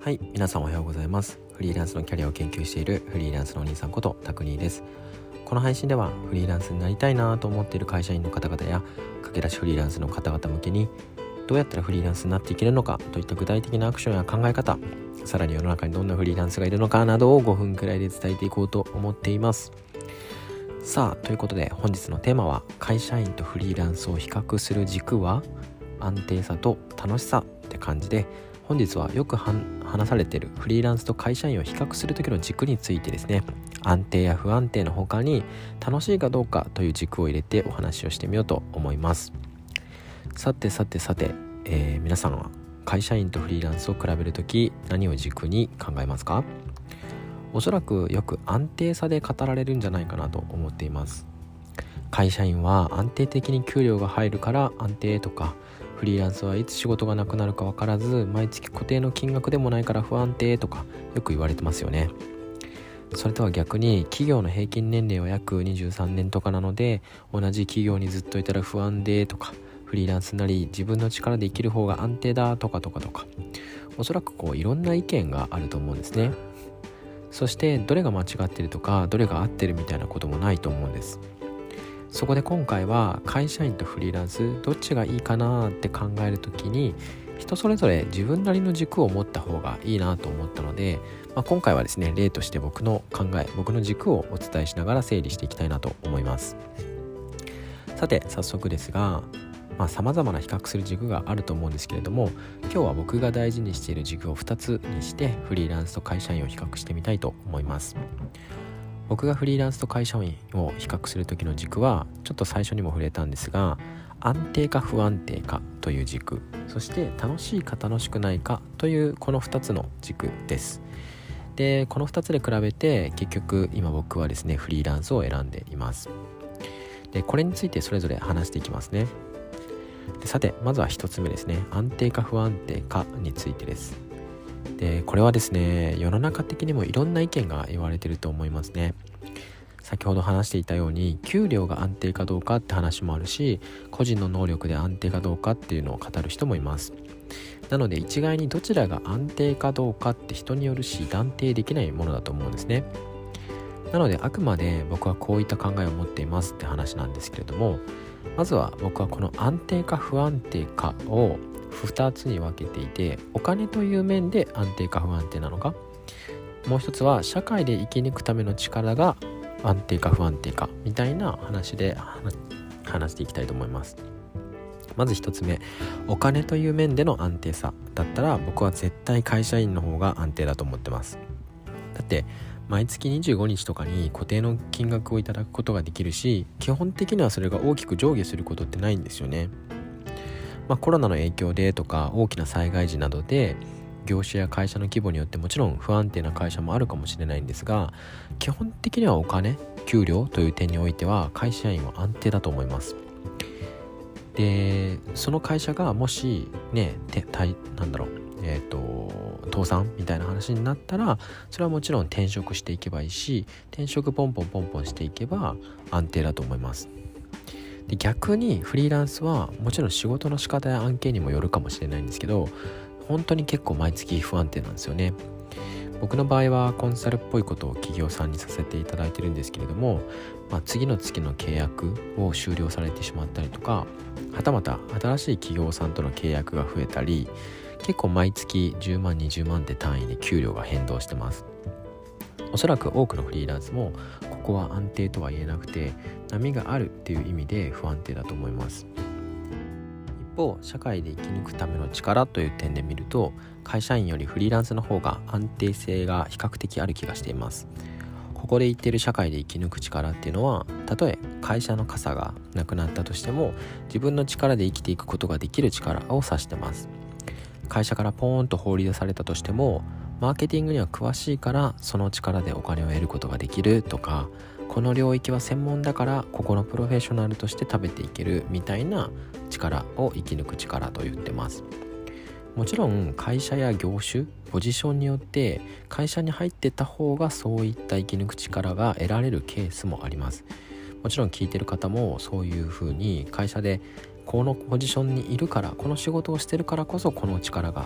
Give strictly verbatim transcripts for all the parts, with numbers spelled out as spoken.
はい、皆さんおはようございます。フリーランスのキャリアを研究しているフリーランスのお兄さんことタクニーです。この配信ではフリーランスになりたいなと思っている会社員の方々や駆け出しフリーランスの方々向けに、どうやったらフリーランスになっていけるのかといった具体的なアクションや考え方、さらに世の中にどんなフリーランスがいるのかなどをごふんくらいで伝えていこうと思っています。さあ、ということで本日のテーマは、会社員とフリーランスを比較する軸は安定さと楽しさって感じで、本日はよく話されているフリーランスと会社員を比較する時の軸についてですね、安定や不安定の他に楽しいかどうかという軸を入れてお話をしてみようと思います。さてさてさて、えー、皆さんは会社員とフリーランスを比べるとき何を軸に考えますか？おそらくよく安定さで語られるんじゃないかなと思っています。会社員は安定的に給料が入るから安定とか、フリーランスはいつ仕事がなくなるか分からず毎月固定の金額でもないから不安定とかよく言われてますよね。それとは逆に、企業の平均年齢は約にじゅうさんねんとかなので、同じ企業にずっといたら不安でとか、フリーランスなり自分の力で生きる方が安定だとかとかとか、おそらくこういろんな意見があると思うんですね。そしてどれが間違ってるとかどれが合ってるみたいなこともないと思うんです。そこで今回は会社員とフリーランスどっちがいいかなって考えるときに、人それぞれ自分なりの軸を持った方がいいなと思ったので、まあ、今回はですね、例として僕の考え僕の軸をお伝えしながら整理していきたいなと思います。さて早速ですが、まあ、様々な比較する軸があると思うんですけれども、今日は僕が大事にしている軸をふたつにしてフリーランスと会社員を比較してみたいと思います。僕がフリーランスと会社員を比較する時の軸は、ちょっと最初にも触れたんですが、安定か不安定かという軸、そして楽しいか楽しくないかというこのふたつの軸です。で、このふたつで比べて結局今僕はですねフリーランスを選んでいます。で、これについてそれぞれ話していきますね。で、さてまずはひとつめですね、安定か不安定かについてです。で、これはですね、世の中的にもいろんな意見が言われていると思いますね。先ほど話していたように、給料が安定かどうかって話もあるし、個人の能力で安定かどうかっていうのを語る人もいます。なので一概にどちらが安定かどうかって人によるし断定できないものだと思うんですね。なのであくまで僕はこういった考えを持っていますって話なんですけれども、まずは僕はこの安定か不安定かをふたつに分けていて、お金という面で安定か不安定なのか、もう一つは社会で生き抜くための力が安定か不安定かみたいな話で話していきたいと思います。まず一つ目、お金という面での安定さだったら、僕は絶対会社員の方が安定だと思ってます。だって毎月にじゅうごにちとかに固定の金額をいただくことができるし、基本的にはそれが大きく上下することってないんですよね。まあ、コロナの影響でとか大きな災害時などで業種や会社の規模によってもちろん不安定な会社もあるかもしれないんですが、基本的にはお金、給料という点においては会社員は安定だと思います。で、その会社がもしね、てなんだろう、えっと倒産みたいな話になったら、それはもちろん転職していけばいいし、転職ポンポンポンポンしていけば安定だと思います。で、逆にフリーランスはもちろん仕事の仕方や案件にもよるかもしれないんですけど、本当に結構毎月不安定なんですよね。僕の場合はコンサルっぽいことを企業さんにさせていただいてるんですけれども、まあ、次の月の契約を終了されてしまったりとか、はたまた新しい企業さんとの契約が増えたり、結構毎月じゅうまんにじゅうまんって単位で給料が変動してます。おそらく多くのフリーランスもここは安定とは言えなくて、波があるっていう意味で不安定だと思います。一方、社会で生き抜くための力という点で見ると、会社員よりフリーランスの方が安定性が比較的ある気がしています。ここで言っている社会で生き抜く力っていうのは、たとえ会社の傘がなくなったとしても自分の力で生きていくことができる力を指してます。会社からポーンと放り出されたとしても、マーケティングには詳しいからその力でお金を得ることができるとか、この領域は専門だからここのプロフェッショナルとして食べていけるみたいな力を生き抜く力と言ってます。もちろん会社や業種、ポジションによって会社に入ってた方がそういった生き抜く力が得られるケースもあります。もちろん聞いてる方もそういう風に会社でこのポジションにいるから、この仕事をしてるからこそこの力が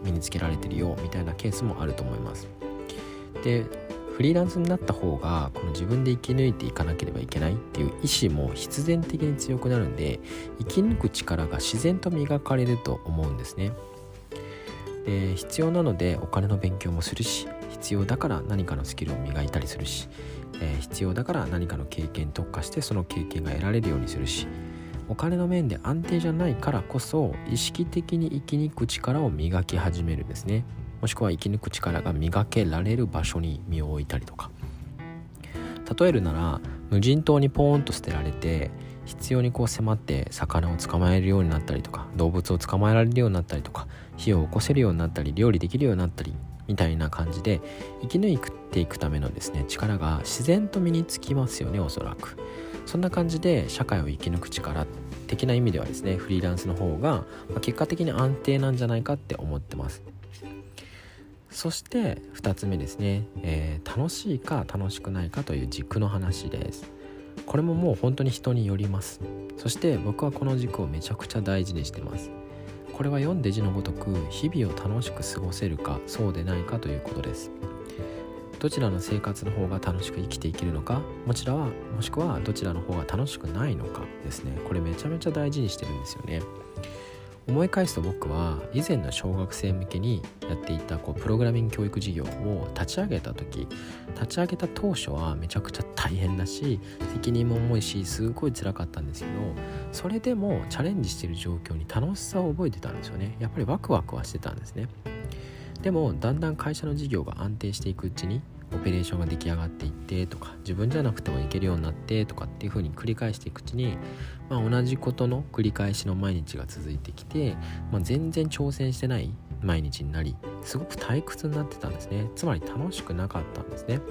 身につけられてるよみたいなケースもあると思います。でフリーランスになった方がこの自分で生き抜いていかなければいけないっていう意志も必然的に強くなるんで、生き抜く力が自然と磨かれると思うんですね。で必要なのでお金の勉強もするし、必要だから何かのスキルを磨いたりするし、えー、必要だから何かの経験に特化してその経験が得られるようにするし、お金の面で安定じゃないからこそ意識的に生き抜く力を磨き始めるんですね。もしくは生き抜く力が磨けられる場所に身を置いたりとか、例えるなら無人島にポーンと捨てられて必要にこう迫って魚を捕まえるようになったりとか、動物を捕まえられるようになったりとか、火を起こせるようになったり、料理できるようになったりみたいな感じで生き抜いていくためのですね力が自然と身につきますよね、おそらく。そんな感じで社会を生き抜く力的な意味ではですね、フリーランスの方が結果的に安定なんじゃないかって思ってます。そしてふたつめですね、えー、楽しいか楽しくないかという軸の話です。これももう本当に人によります。そして僕はこの軸をめちゃくちゃ大事にしてます。これは読んで字のごとく日々を楽しく過ごせるかそうでないかということです。どちらの生活の方が楽しく生きていけるのか、もちろんはもしくはどちらの方が楽しくないのかですね。これめちゃめちゃ大事にしてるんですよね。思い返すと僕は以前の小学生向けにやっていたこうプログラミング教育事業を立ち上げた時立ち上げた当初はめちゃくちゃ大変だし責任も重いしすごい辛かったんですけど、それでもチャレンジしている状況に楽しさを覚えてたんですよね。やっぱりワクワクはしてたんですね。でもだんだん会社の事業が安定していくうちにオペレーションが出来上がっていってとか、自分じゃなくてもいけるようになってとかっていう風に繰り返していくうちに、まあ、同じことの繰り返しの毎日が続いてきて、まあ、全然挑戦してない毎日になり、すごく退屈になってたんですね。つまり楽しくなかったんですね。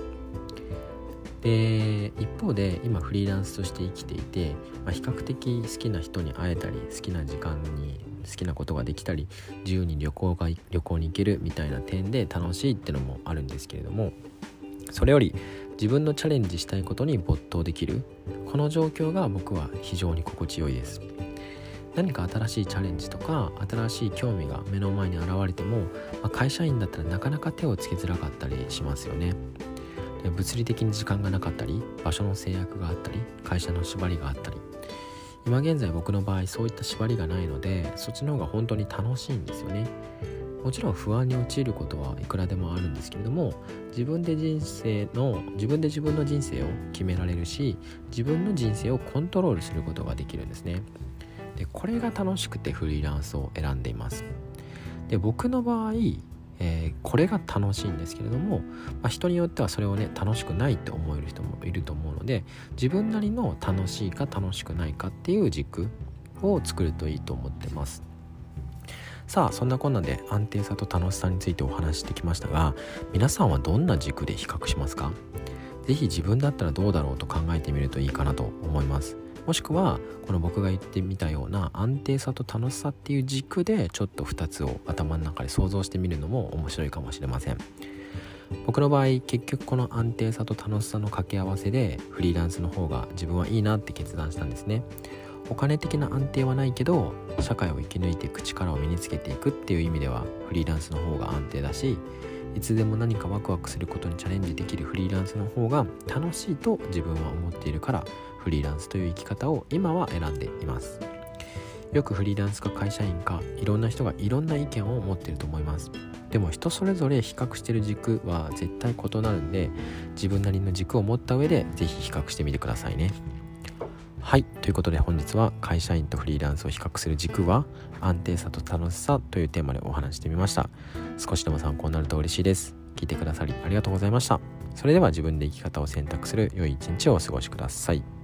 で一方で今フリーランスとして生きていて、まあ、比較的好きな人に会えたり好きな時間に好きなことができたり自由に旅行が旅行に行けるみたいな点で楽しいってのもあるんですけれども、それより自分のチャレンジしたいことに没頭できるこの状況が僕は非常に心地よいです。何か新しいチャレンジとか新しい興味が目の前に現れても、まあ、会社員だったらなかなか手をつけづらかったりしますよね。で物理的に時間がなかったり場所の制約があったり会社の縛りがあったり、今現在僕の場合そういった縛りがないのでそっちの方が本当に楽しいんですよね。もちろん不安に陥ることはいくらでもあるんですけれども、自分で人生の自分で自分の人生を決められるし、自分の人生をコントロールすることができるんですね。でこれが楽しくてフリーランスを選んでいます。で僕の場合、えー、これが楽しいんですけれども、まあ、人によってはそれをね楽しくないって思える人もいると思うので、自分なりの楽しいか楽しくないかっていう軸を作るといいと思ってます。さあそんなこんなで安定さと楽しさについてお話してきましたが、皆さんはどんな軸で比較しますか？ぜひ自分だったらどうだろうと考えてみるといいかなと思います。もしくはこの僕が言ってみたような安定さと楽しさっていう軸でちょっとふたつを頭の中で想像してみるのも面白いかもしれません。僕の場合結局この安定さと楽しさの掛け合わせでフリーランスの方が自分はいいなって決断したんですね。お金的な安定はないけど社会を生き抜いていく力を身につけていくっていう意味ではフリーランスの方が安定だし、いつでも何かワクワクすることにチャレンジできるフリーランスの方が楽しいと自分は思っているからフリーランスという生き方を今は選んでいます。よくフリーランスか会社員かいろんな人がいろんな意見を持っていると思います。でも人それぞれ比較している軸は絶対異なるんで、自分なりの軸を持った上でぜひ比較してみてくださいね。はい、ということで本日は会社員とフリーランスを比較する軸は安定さと楽しさというテーマでお話してみました。少しでも参考になると嬉しいです。聞いてくださりありがとうございました。それでは自分で生き方を選択する良い一日をお過ごしください。